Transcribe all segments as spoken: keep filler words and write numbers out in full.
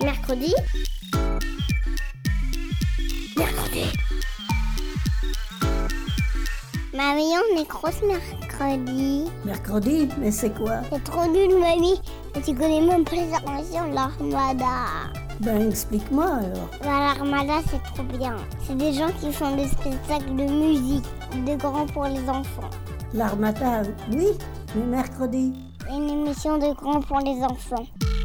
Mercredi. Mercredi. Mamie, on est grosse mercredi. Mercredi? Mais c'est quoi? C'est trop nul, mamie. Et tu connais même pas les armations de l'Armada. Ben, explique-moi alors. Ben, l'Armada, c'est trop bien. C'est des gens qui font des spectacles de musique, de grands pour les enfants. L'Armada, oui, mais mercredi. C'est une émission de grands pour les enfants.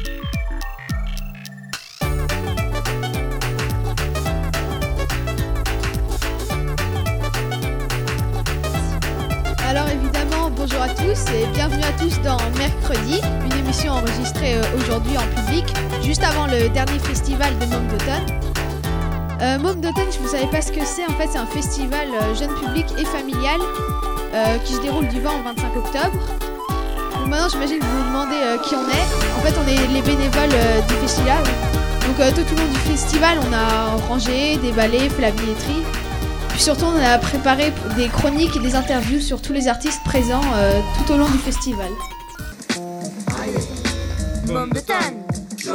Alors évidemment, bonjour à tous et bienvenue à tous dans Mercredi, une émission enregistrée aujourd'hui en public, juste avant le dernier festival de Môme d'automne. Euh, Môme d'automne, si vous ne savez pas ce que c'est, en fait c'est un festival euh, jeune public et familial euh, qui se déroule du vingt au vingt-cinq octobre. Donc maintenant j'imagine que vous vous demandez euh, qui on est. En fait on est les bénévoles euh, du festival. Donc euh, tout au long du festival on a rangé, déballé, fait la billetterie. Puis surtout, on a préparé des chroniques et des interviews sur tous les artistes présents euh, tout au long du festival. Môme d'automne.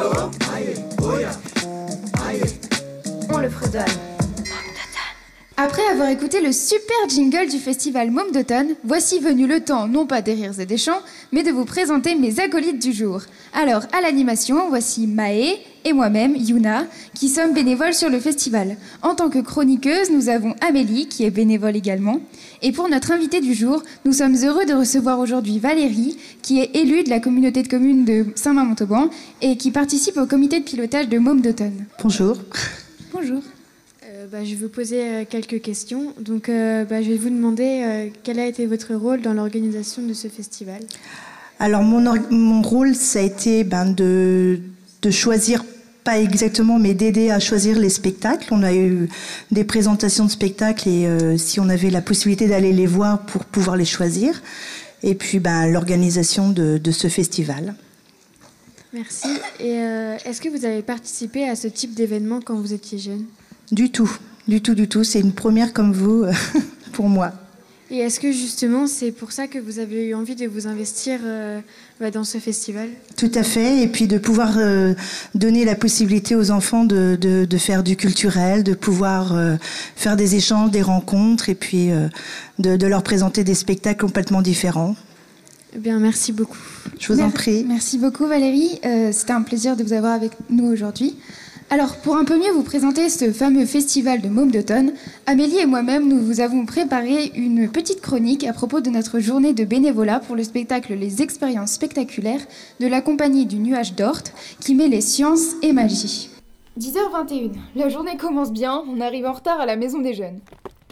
On le fredonne. Après avoir écouté le super jingle du festival Môme d'automne, voici venu le temps, non pas des rires et des chants, mais de vous présenter mes acolytes du jour. Alors, à l'animation, voici Maë et moi-même, Yuna, qui sommes bénévoles sur le festival. En tant que chroniqueuse, nous avons Amélie, qui est bénévole également. Et pour notre invité du jour, nous sommes heureux de recevoir aujourd'hui Valérie, qui est élue de la communauté de communes de Saint-Marc-Montauban et qui participe au comité de pilotage de Môme d'automne. Bonjour. Bonjour. Euh, bah, je vais vous poser euh, quelques questions. Donc, euh, bah, je vais vous demander euh, quel a été votre rôle dans l'organisation de ce festival. Alors, mon, or- mon rôle, ça a été ben, de, de choisir, pas exactement, mais d'aider à choisir les spectacles. On a eu des présentations de spectacles et euh, si on avait la possibilité d'aller les voir pour pouvoir les choisir. Et puis, ben, l'organisation de, de ce festival. Merci. Et euh, est-ce que vous avez participé à ce type d'événement quand vous étiez jeune ? Du tout, du tout, du tout. C'est une première comme vous pour moi. Et est-ce que justement c'est pour ça que vous avez eu envie de vous investir euh, bah, dans ce festival ? Tout à fait. Et puis de pouvoir euh, donner la possibilité aux enfants de, de, de faire du culturel, de pouvoir euh, faire des échanges, des rencontres et puis euh, de, de leur présenter des spectacles complètement différents. Eh bien, merci beaucoup. Je vous en prie. Merci beaucoup Valérie. Euh, c'était un plaisir de vous avoir avec nous aujourd'hui. Alors, pour un peu mieux vous présenter ce fameux festival de Môme d'automne, Amélie et moi-même, nous vous avons préparé une petite chronique à propos de notre journée de bénévolat pour le spectacle Les Expériences Spectaculaires de la compagnie du Nuage d'Ort, qui mêle science et magie. dix heures vingt et une, la journée commence bien, on arrive en retard à la maison des jeunes.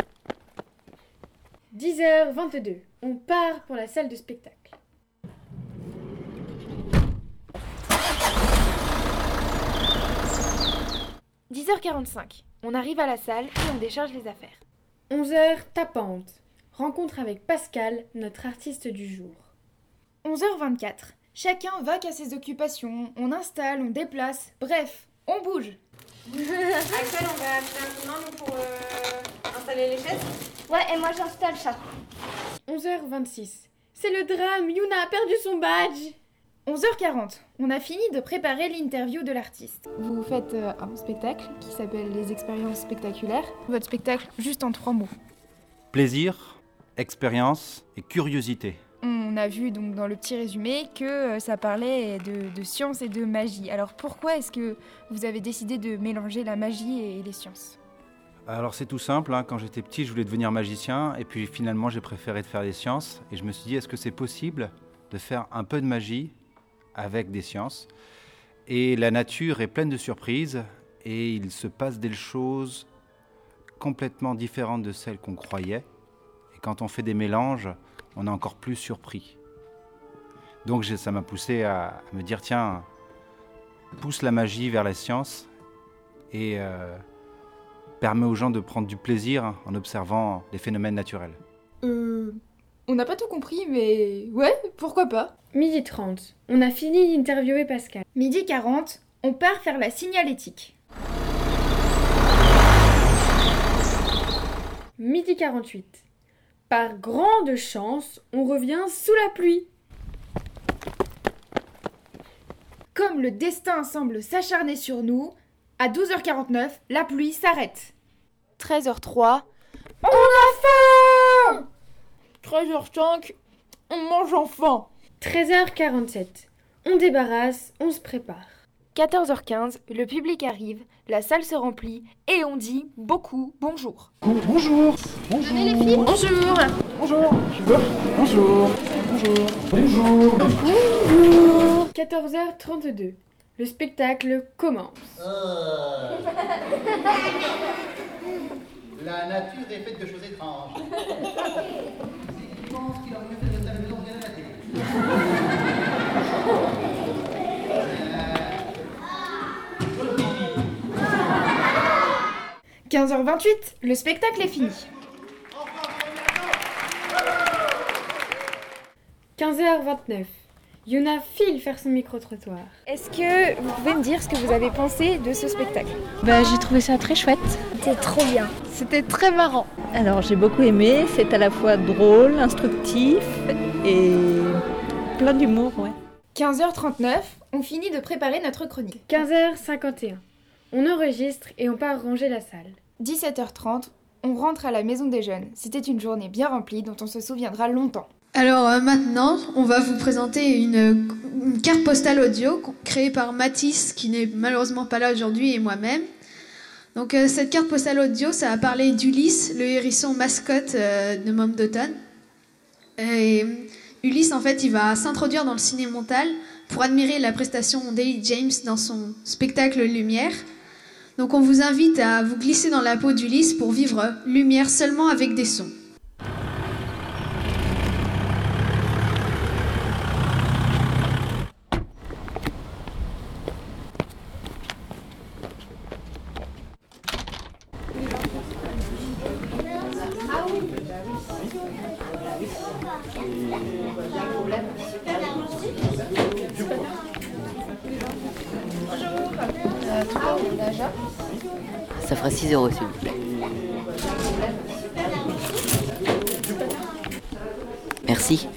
dix heures vingt-deux, on part pour la salle de spectacle. dix heures quarante-cinq, on arrive à la salle et on décharge les affaires. onze heures tapante, rencontre avec Pascal, notre artiste du jour. onze heures vingt-quatre, chacun va qu'à ses occupations, on installe, on déplace, bref, on bouge. Axel, on va acheter un coup de main pour euh, installer les chaises. Ouais, et moi j'installe ça. onze heures vingt-six, c'est le drame, Yuna a perdu son badge. onze heures quarante, on a fini de préparer l'interview de l'artiste. Vous faites euh, un spectacle qui s'appelle Les Expériences Spectaculaires. Votre spectacle, juste en trois mots. Plaisir, expérience et curiosité. On a vu donc dans le petit résumé que euh, ça parlait de, de science et de magie. Alors pourquoi est-ce que vous avez décidé de mélanger la magie et les sciences ? Alors c'est tout simple, hein. Quand j'étais petit je voulais devenir magicien et puis finalement j'ai préféré de faire des sciences et je me suis dit est-ce que c'est possible de faire un peu de magie avec des sciences. Et la nature est pleine de surprises et il se passe des choses complètement différentes de celles qu'on croyait. Et quand on fait des mélanges, on est encore plus surpris. Donc ça m'a poussé à me dire tiens, pousse la magie vers la science et euh, permet aux gens de prendre du plaisir en observant les phénomènes naturels. Euh... On n'a pas tout compris, mais ouais, pourquoi pas. midi trente, on a fini d'interviewer Pascal. midi quarante, on part faire la signalétique. midi quarante-huit, par grande chance, on revient sous la pluie. Comme le destin semble s'acharner sur nous, à douze heures quarante-neuf, la pluie s'arrête. treize heures trois. On a faim. treize heures cinq. On mange enfin. treize heures quarante-sept. On débarrasse, on se prépare. quatorze heures quinze, le public arrive, la salle se remplit et on dit beaucoup bonjour. Bonjour. Bonjour. Venez les filles. Bonjour. Bonjour. Bonjour. Bonjour. Bonjour. Bonjour. quatorze heures trente-deux. Le spectacle commence. Euh... La nature est faite de choses étranges. Je pense qu'il aurait mieux fait de rester à la maison regarder la télé. quinze heures vingt-huit, le spectacle est fini. quinze heures vingt-neuf, Yuna file faire son micro-trottoir. Est-ce que vous pouvez me dire ce que vous avez pensé de ce spectacle ? Bah, j'ai trouvé ça très chouette. C'était trop bien. C'était très marrant. Alors j'ai beaucoup aimé, c'est à la fois drôle, instructif et plein d'humour, ouais. quinze heures trente-neuf, on finit de préparer notre chronique. quinze heures cinquante et un, on enregistre et on part ranger la salle. dix-sept heures trente, on rentre à la maison des jeunes. C'était une journée bien remplie dont on se souviendra longtemps. Alors euh, maintenant, on va vous présenter une, une carte postale audio créée par Mathis, qui n'est malheureusement pas là aujourd'hui, et moi-même. Donc euh, cette carte postale audio, ça va parler d'Ulysse, le hérisson mascotte euh, de Môme d'automne. Et Ulysse, en fait, il va s'introduire dans le ciné-montal pour admirer la prestation d'Ellie James dans son spectacle Lumière. Donc on vous invite à vous glisser dans la peau d'Ulysse pour vivre Lumière seulement avec des sons. Ça fera six euros s'il vous plaît. Merci.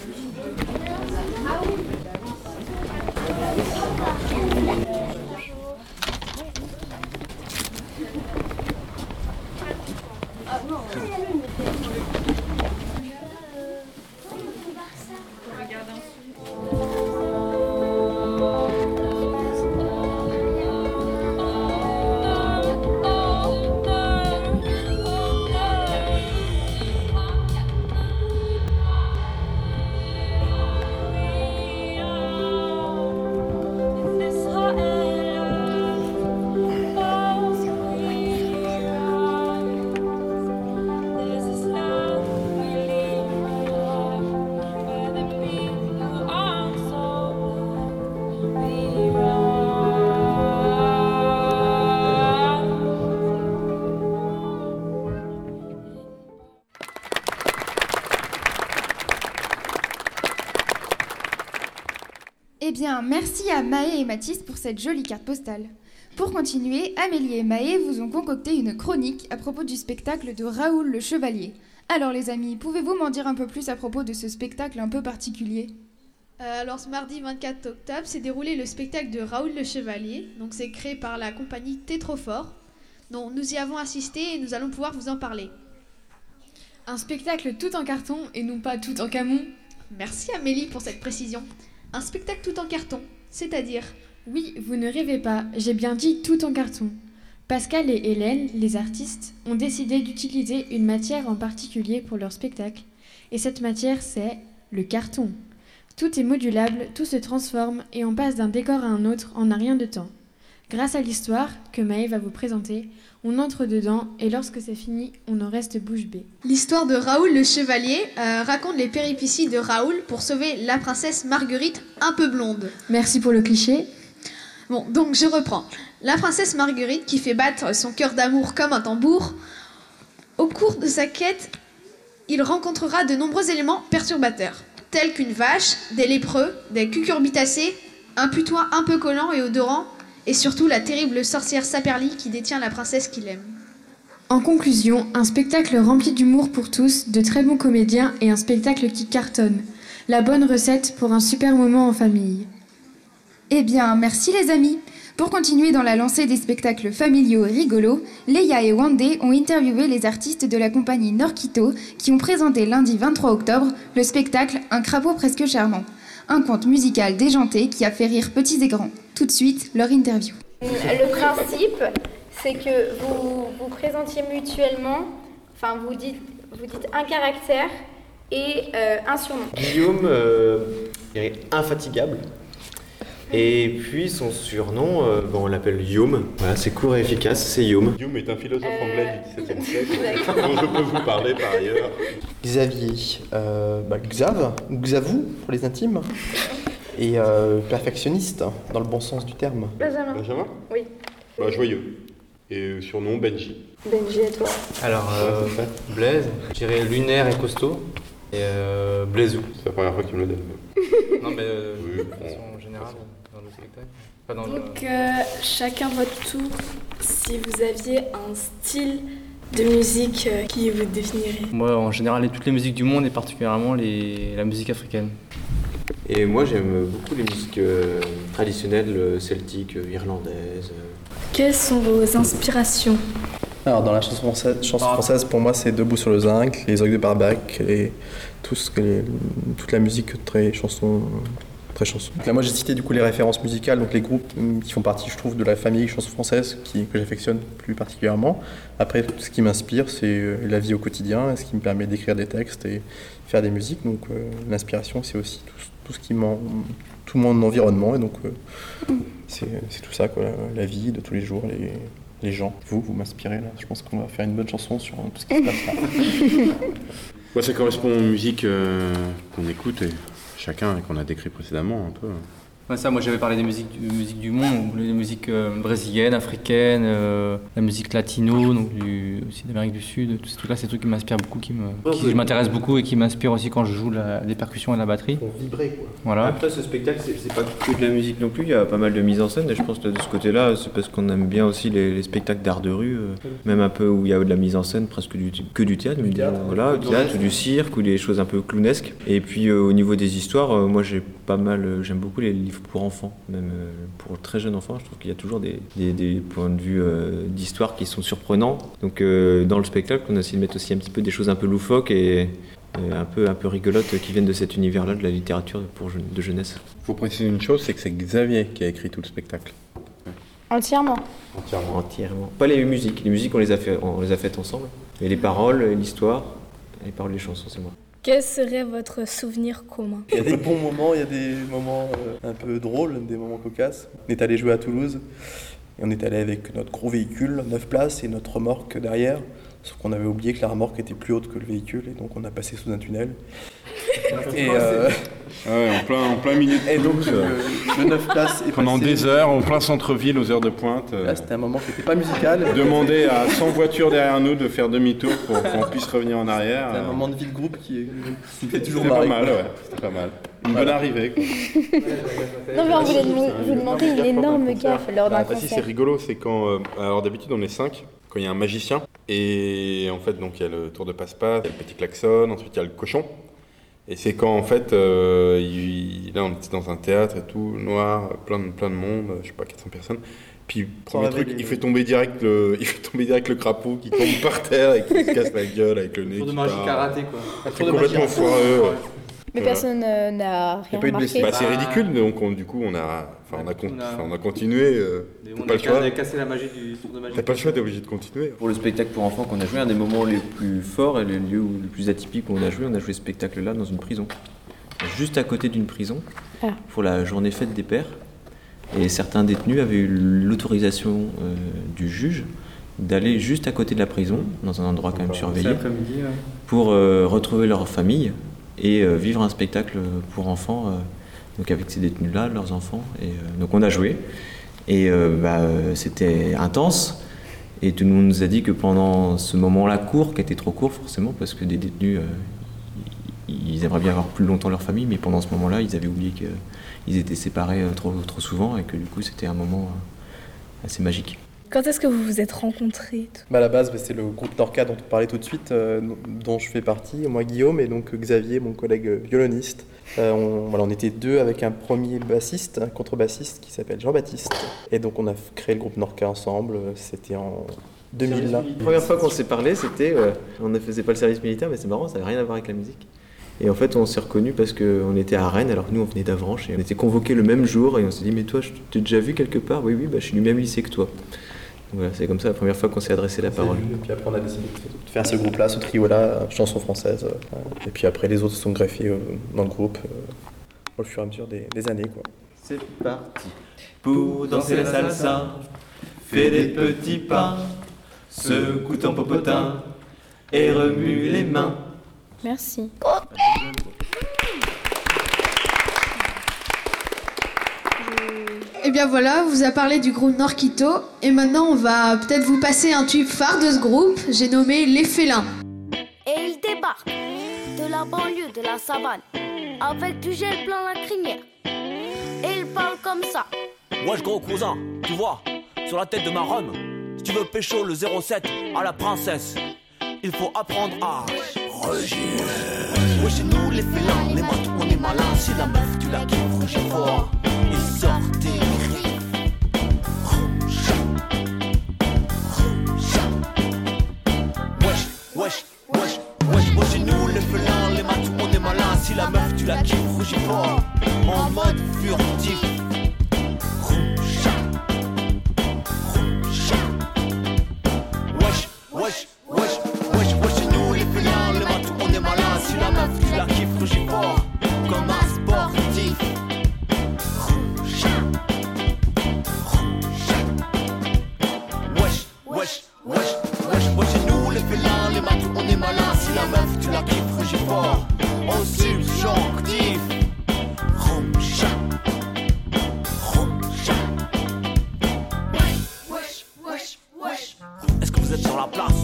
Eh bien, merci à Maë et Mathis pour cette jolie carte postale. Pour continuer, Amélie et Maë vous ont concocté une chronique à propos du spectacle de Raoul le Chevalier. Alors les amis, pouvez-vous m'en dire un peu plus à propos de ce spectacle un peu particulier ? Euh, alors ce mardi vingt-quatre octobre s'est déroulé le spectacle de Raoul le Chevalier. Donc c'est créé par la compagnie T'es trop fort. Donc nous y avons assisté et nous allons pouvoir vous en parler. Un spectacle tout en carton et non pas tout en camon. Merci Amélie pour cette précision. Un spectacle tout en carton, c'est-à-dire... Oui, vous ne rêvez pas, j'ai bien dit tout en carton. Pascal et Hélène, les artistes, ont décidé d'utiliser une matière en particulier pour leur spectacle. Et cette matière, c'est le carton. Tout est modulable, tout se transforme et on passe d'un décor à un autre en un rien de temps. Grâce à l'histoire, que Maë va vous présenter, on entre dedans et lorsque c'est fini, on en reste bouche bée. L'histoire de Raoul le Chevalier euh, raconte les péripéties de Raoul pour sauver la princesse Marguerite un peu blonde. Merci pour le cliché. Bon, donc je reprends. La princesse Marguerite qui fait battre son cœur d'amour comme un tambour. Au cours de sa quête, il rencontrera de nombreux éléments perturbateurs, tels qu'une vache, des lépreux, des cucurbitacées, un putois un peu collant et odorant, et surtout la terrible sorcière Saperli qui détient la princesse qu'il aime. En conclusion, un spectacle rempli d'humour pour tous, de très bons comédiens et un spectacle qui cartonne. La bonne recette pour un super moment en famille. Eh bien, merci les amis. Pour continuer dans la lancée des spectacles familiaux et rigolos, Leia et Wandé ont interviewé les artistes de la compagnie Norquito qui ont présenté lundi vingt-trois octobre le spectacle Un crapaud presque charmant. Un conte musical déjanté qui a fait rire petits et grands. Tout de suite, leur interview. Le principe, c'est que vous vous présentiez mutuellement, enfin vous dites, vous dites un caractère et euh, un surnom. Guillaume euh, est infatigable. Et puis son surnom, euh, bon, on l'appelle Youm. Voilà, c'est court et efficace, c'est Youm. Youm est un philosophe euh... anglais du dix-septième siècle, dont je peux vous parler par ailleurs. Xavier, euh, bah, Xav, ou Xavou pour les intimes, et euh, perfectionniste, dans le bon sens du terme. Benjamin. Benjamin ? Oui. Bah, joyeux. Et surnom Benji. Benji, et toi ? Alors, euh, Blaise, je dirais lunaire et costaud. Et euh, Blaisou. C'est la première fois que tu me le donnes. Non, mais euh, oui, de façon générale, dans le spectacle. Pas dans Donc, le... euh, chacun votre tour, si vous aviez un style de musique euh, qui vous définirait. Moi, en général, toutes les musiques du monde et particulièrement les... la musique africaine. Et moi, j'aime beaucoup les musiques euh, traditionnelles, celtiques, irlandaises. Quelles sont vos inspirations ? Alors, dans la chanson française, chanson française pour moi, c'est Debout sur le zinc, les Orgues de Barbac, et tout ce que les, toute la musique très chanson. Très chanson. Donc là, moi, j'ai cité du coup les références musicales, donc les groupes qui font partie, je trouve, de la famille chanson française qui, que j'affectionne plus particulièrement. Après, tout ce qui m'inspire, c'est la vie au quotidien, ce qui me permet d'écrire des textes et faire des musiques. Donc, euh, l'inspiration, c'est aussi tout, tout ce qui m'en, tout mon environnement, et donc euh, c'est, c'est tout ça, quoi, la vie de tous les jours, les les gens. Vous, vous m'inspirez là. Je pense qu'on va faire une bonne chanson sur tout ce qui se passe là. Ouais, ça correspond aux musiques euh, qu'on écoute et chacun et qu'on a décrit précédemment un peu. Ouais, ça, moi j'avais parlé des musiques, des musiques du monde, les musiques euh, brésiliennes, africaines, euh, la musique latino, donc du, aussi d'Amérique du Sud, tous ces trucs-là, c'est des trucs qui m'inspirent beaucoup, qui me, ouais, qui ouais. m'intéressent beaucoup et qui m'inspirent aussi quand je joue la, des percussions et la batterie. Pour vibrer, quoi. Voilà. Après, ce spectacle, c'est, c'est pas que de la musique non plus, il y a pas mal de mise en scène, et je pense que de ce côté-là, c'est parce qu'on aime bien aussi les, les spectacles d'art de rue, euh, même un peu où il y a de la mise en scène, presque du, que du théâtre, du théâtre, disons, voilà, du théâtre, du cirque, ou des choses un peu clownesques. Et puis euh, au niveau des histoires, euh, moi j'ai pas mal, euh, j'aime beaucoup les livres pour enfants. Même euh, pour très jeunes enfants, je trouve qu'il y a toujours des, des, des points de vue euh, d'histoire qui sont surprenants. Donc euh, dans le spectacle, on a essayé de mettre aussi un petit peu des choses un peu loufoques et, et un peu, un peu rigolotes qui viennent de cet univers-là, de la littérature pour, de jeunesse. Il faut préciser une chose, c'est que c'est Xavier qui a écrit tout le spectacle. Entièrement. Entièrement. Entièrement. Pas les musiques, les musiques on les a, fait, on les a faites ensemble. Et les paroles, et l'histoire, les paroles des chansons, c'est moi. Quel serait votre souvenir commun ? Il y a des bons moments, il y a des moments euh, un peu drôles, des moments cocasses. On est allé jouer à Toulouse et on est allé avec notre gros véhicule, neuf places, et notre remorque derrière. Sauf qu'on avait oublié que la remorque était plus haute que le véhicule et donc on a passé sous un tunnel. Et euh... ouais, en plein, en plein milieu de et donc Toulouse, le, le neuf places est pendant passé... des heures, en plein centre-ville, aux heures de pointe. Là, c'était un moment qui n'était pas musical. Demander à cent voitures derrière nous de faire demi-tour pour qu'on puisse revenir en arrière. C'était un moment de vie de groupe qui, qui fait toujours C'était marrer. pas mal, ouais. C'était pas mal. Une voilà. bonne arrivée, quoi. Non, mais on voulait vous demander une énorme gaffe lors d'un bah, concert. Si, c'est rigolo, c'est quand... Euh, alors d'habitude, on est cinq, quand il y a un magicien. Et en fait, donc il y a le tour de passe-passe, il y a le petit klaxon, ensuite il y a le cochon. Et c'est quand en fait, euh, il, là on était dans un théâtre et tout, noir, plein de, plein de monde, je sais pas, quatre cents personnes. Puis premier truc, il fait tomber direct le, il fait tomber direct le crapaud qui tombe par terre et qui se casse la gueule avec le nez. Tour de qui magie part. karaté quoi. C'est complètement foireux. Ouais. Mais voilà. personne euh, n'a rien remarqué. Bah, c'est ridicule, donc on, du coup on a, enfin on a, con, on a, on a continué. Euh, on pas a le choix. On a cassé la magie du tour de magie. T'as pas le choix, t'es obligé de continuer. Pour le spectacle pour enfants qu'on a joué, un des moments les plus forts et les lieux les plus atypiques où on a joué, on a joué ce spectacle-là dans une prison, juste à côté d'une prison, ah. pour la journée fête des pères. Et certains détenus avaient eu l'autorisation euh, du juge d'aller juste à côté de la prison, dans un endroit quand même surveillé, ouais. pour euh, retrouver leur famille et euh, vivre un spectacle pour enfants, euh, donc avec ces détenus-là, leurs enfants. Et, euh, donc on a joué, et euh, bah, c'était intense, et tout le monde nous a dit que pendant ce moment-là court, qui était trop court forcément, parce que des détenus, euh, ils aimeraient bien avoir plus longtemps leur famille, mais pendant ce moment-là, ils avaient oublié qu'ils étaient séparés trop, trop souvent, et que du coup c'était un moment assez magique. Quand est-ce que vous vous êtes rencontrés? Bah à la base, bah, c'est le groupe Norca dont on parlait tout de suite, euh, dont je fais partie, moi Guillaume et donc Xavier, mon collègue euh, violoniste. Euh, on, voilà, on était deux avec un premier bassiste, un contrebassiste qui s'appelle Jean-Baptiste. Et donc on a créé le groupe Norca ensemble, c'était en deux mille. La première fois qu'on s'est parlé, c'était, euh, on ne faisait pas le service militaire, mais c'est marrant, ça n'avait rien à voir avec la musique. Et en fait, on s'est reconnus parce qu'on était à Rennes, alors que nous, on venait d'Avranches, et on était convoqués le même jour, et on s'est dit, mais toi, je t'ai déjà vu quelque part? Oui, oui, bah, je suis du même lycée que toi. Donc voilà, c'est comme ça la première fois qu'on s'est adressé la parole. Et puis après, on a décidé de faire ce groupe-là, ce trio-là, chanson française. Et puis après, les autres sont greffés dans le groupe au fur et à mesure des, des années, quoi. C'est parti. Pour danser la salsa, fais des petits pas, secoue ton popotin et remue les mains. Merci. Et bien voilà, on vous a parlé du groupe Norquito. Et maintenant, on va peut-être vous passer un tube phare de ce groupe. J'ai nommé Les Félins. Et il débarque de la banlieue, de la savane, avec du gel plein la crinière. Et il parle comme ça. Wesh gros cousin, tu vois, sur la tête de ma rhum, si tu veux pécho le zéro sept à la princesse, il faut apprendre à rugir. Ouais, chez nous les félins, les matos on est malin. Si la meuf tu la kiffes, rougis fort. Ils sortent des griffes. Wesh, wesh, wesh, wesh. Ouais, chez nous les félins, les matos on est malin. Si la meuf tu la kiffes, rougis fort. En mode furtif. Wesh, wesh, wesh, wesh, wesh, chez nous les félins, les matos on est malin. Si la meuf tu la kiffes, rougis fort, comme un sportif. Wesh, wesh, wesh, wesh, wesh, chez nous les félins, les matos on est malin. Si la meuf tu la kiffes, rougis fort, en subjonctif. Est-ce que vous êtes sur la place?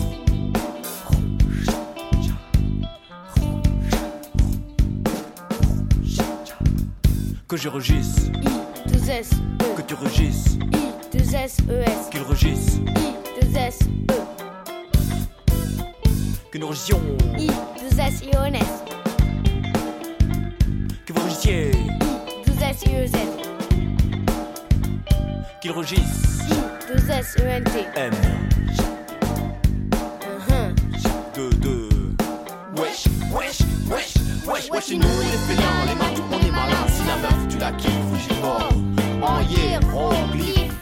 Que je rugisse, I, deux S, E. que tu rugisses, I, deux S, E, S. qu'il rugisse, I, deux S, E. que nous rugissions, I, deux S, I, O, N, S. que vous rugissiez, I, deux S, I, E, Z. qu'il rugisse, I, deux S, E, N, T. M. Uh-huh. Deux, deux. Wesh, wesh, wesh, wesh, wesh, chez nous les félins, les matos on est malin. Si la meuf tu la kiffes, rougis fort, en hiéroglyphe.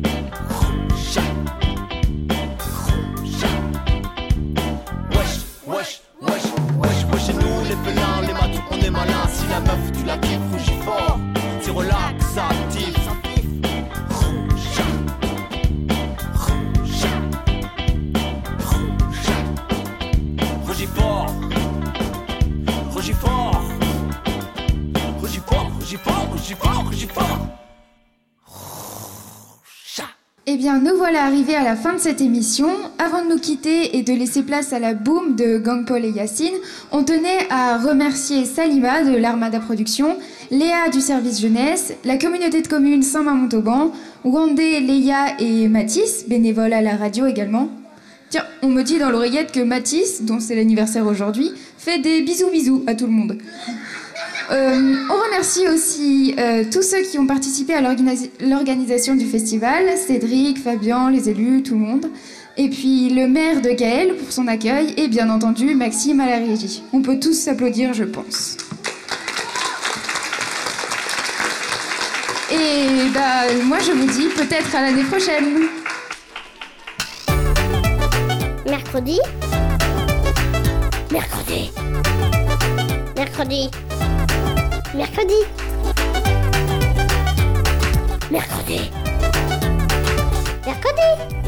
Wesh, wesh, wesh, wesh, wesh, chez nous les félins, les matos on est malin. Si la meuf tu la kiffes, rougis fort, c'est relaxatif. Rougis fort, rougis fort, rougis fort, rougis fort, rougis fort, rougis fort. Eh bien, nous voilà arrivés à la fin de cette émission. Avant de nous quitter et de laisser place à la boom de Gang Paul et Yacine, on tenait à remercier Salima de l'Armada Production, Léa du service jeunesse, la communauté de communes Saint-Mamontauban, Wandé, Léa et Mathis, bénévoles à la radio également. Tiens, on me dit dans l'oreillette que Mathis, dont c'est l'anniversaire aujourd'hui, fait des bisous bisous à tout le monde. Euh, on remercie aussi euh, tous ceux qui ont participé à l'organisa- l'organisation du festival, Cédric, Fabien, les élus, tout le monde. Et puis le maire de Gaël pour son accueil et bien entendu Maxime à la régie. On peut tous s'applaudir, je pense. Et bah, moi je vous dis peut-être à l'année prochaine. Mercredi. Mercredi. Mercredi. Mercredi. Mercredi. Mercredi.